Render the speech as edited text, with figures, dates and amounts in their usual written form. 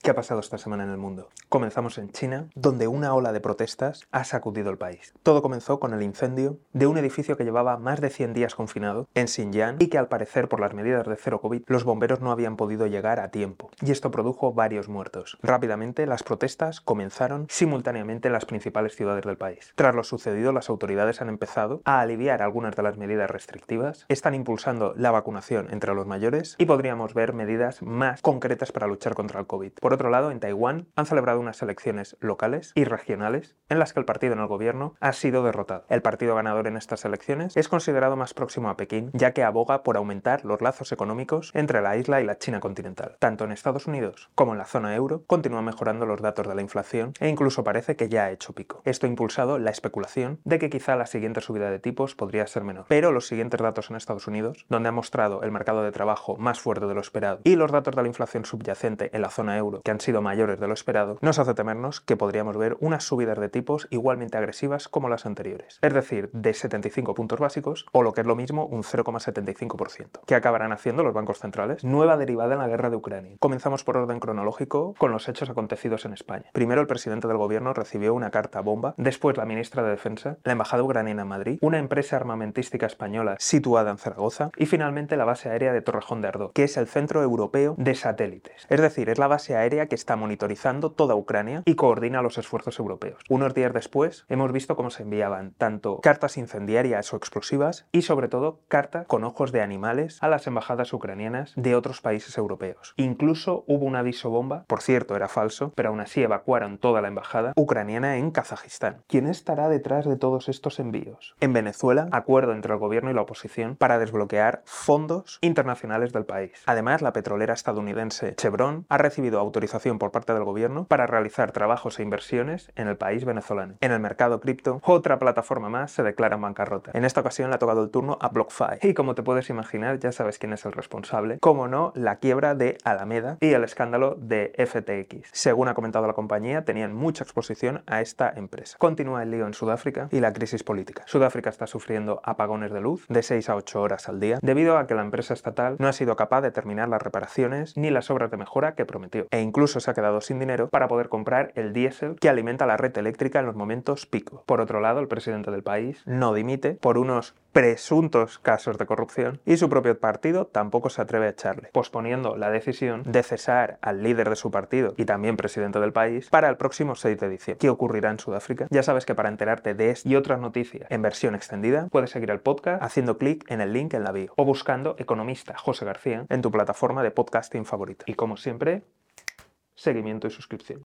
¿Qué ha pasado esta semana en el mundo? Comenzamos en China, donde una ola de protestas ha sacudido el país. Todo comenzó con el incendio de un edificio que llevaba más de 100 días confinado en Xinjiang y que al parecer por las medidas de cero COVID los bomberos no habían podido llegar a tiempo. Y esto produjo varios muertos. Rápidamente las protestas comenzaron simultáneamente en las principales ciudades del país. Tras lo sucedido, las autoridades han empezado a aliviar algunas de las medidas restrictivas, están impulsando la vacunación entre los mayores y podríamos ver medidas más concretas para luchar contra el COVID. Por otro lado, en Taiwán han celebrado unas elecciones locales y regionales en las que el partido en el gobierno ha sido derrotado. El partido ganador en estas elecciones es considerado más próximo a Pekín, ya que aboga por aumentar los lazos económicos entre la isla y la China continental. Tanto en Estados Unidos como en la zona euro continúan mejorando los datos de la inflación e incluso parece que ya ha hecho pico. Esto ha impulsado la especulación de que quizá la siguiente subida de tipos podría ser menor. Pero los siguientes datos en Estados Unidos, donde ha mostrado el mercado de trabajo más fuerte de lo esperado, y los datos de la inflación subyacente en la zona euro, que han sido mayores de lo esperado, nos hace temernos que podríamos ver unas subidas de tipos igualmente agresivas como las anteriores. Es decir, de 75 puntos básicos, o lo que es lo mismo, un 0,75%. ¿Qué acabarán haciendo los bancos centrales? Nueva derivada en la guerra de Ucrania. Comenzamos por orden cronológico con los hechos acontecidos en España. Primero, el presidente del gobierno recibió una carta bomba, después la ministra de Defensa, la embajada ucraniana en Madrid, una empresa armamentística española situada en Zaragoza y finalmente la base aérea de Torrejón de Ardoz, que es el Centro Europeo de Satélites. Es decir, es la base aérea que está monitorizando toda Ucrania y coordina los esfuerzos europeos. Unos días después hemos visto cómo se enviaban tanto cartas incendiarias o explosivas y sobre todo cartas con ojos de animales a las embajadas ucranianas de otros países europeos. Incluso hubo un aviso bomba, por cierto era falso, pero aún así evacuaron toda la embajada ucraniana en Kazajistán. ¿Quién estará detrás de todos estos envíos? En Venezuela, acuerdo entre el gobierno y la oposición para desbloquear fondos internacionales del país. Además, la petrolera estadounidense Chevron ha recibido autorización por parte del gobierno para realizar trabajos e inversiones en el país venezolano. En el mercado cripto, otra plataforma más se declara en bancarrota. En esta ocasión le ha tocado el turno a BlockFi. Y como te puedes imaginar, ya sabes quién es el responsable. Como no, la quiebra de Alameda y el escándalo de FTX. Según ha comentado la compañía, tenían mucha exposición a esta empresa. Continúa el lío en Sudáfrica y la crisis política. Sudáfrica está sufriendo apagones de luz de 6 a 8 horas al día debido a que la empresa estatal no ha sido capaz de terminar las reparaciones ni las obras de mejora que prometió. E incluso se ha quedado sin dinero para poder comprar el diésel que alimenta la red eléctrica en los momentos pico. Por otro lado, el presidente del país no dimite por unos presuntos casos de corrupción y su propio partido tampoco se atreve a echarle, posponiendo la decisión de cesar al líder de su partido y también presidente del país para el próximo 6 de diciembre. ¿Qué ocurrirá en Sudáfrica? Ya sabes que para enterarte de esto y otras noticias en versión extendida, puedes seguir el podcast haciendo clic en el link en la bio o buscando Economista José García en tu plataforma de podcasting favorita. Y como siempre, seguimiento y suscripción.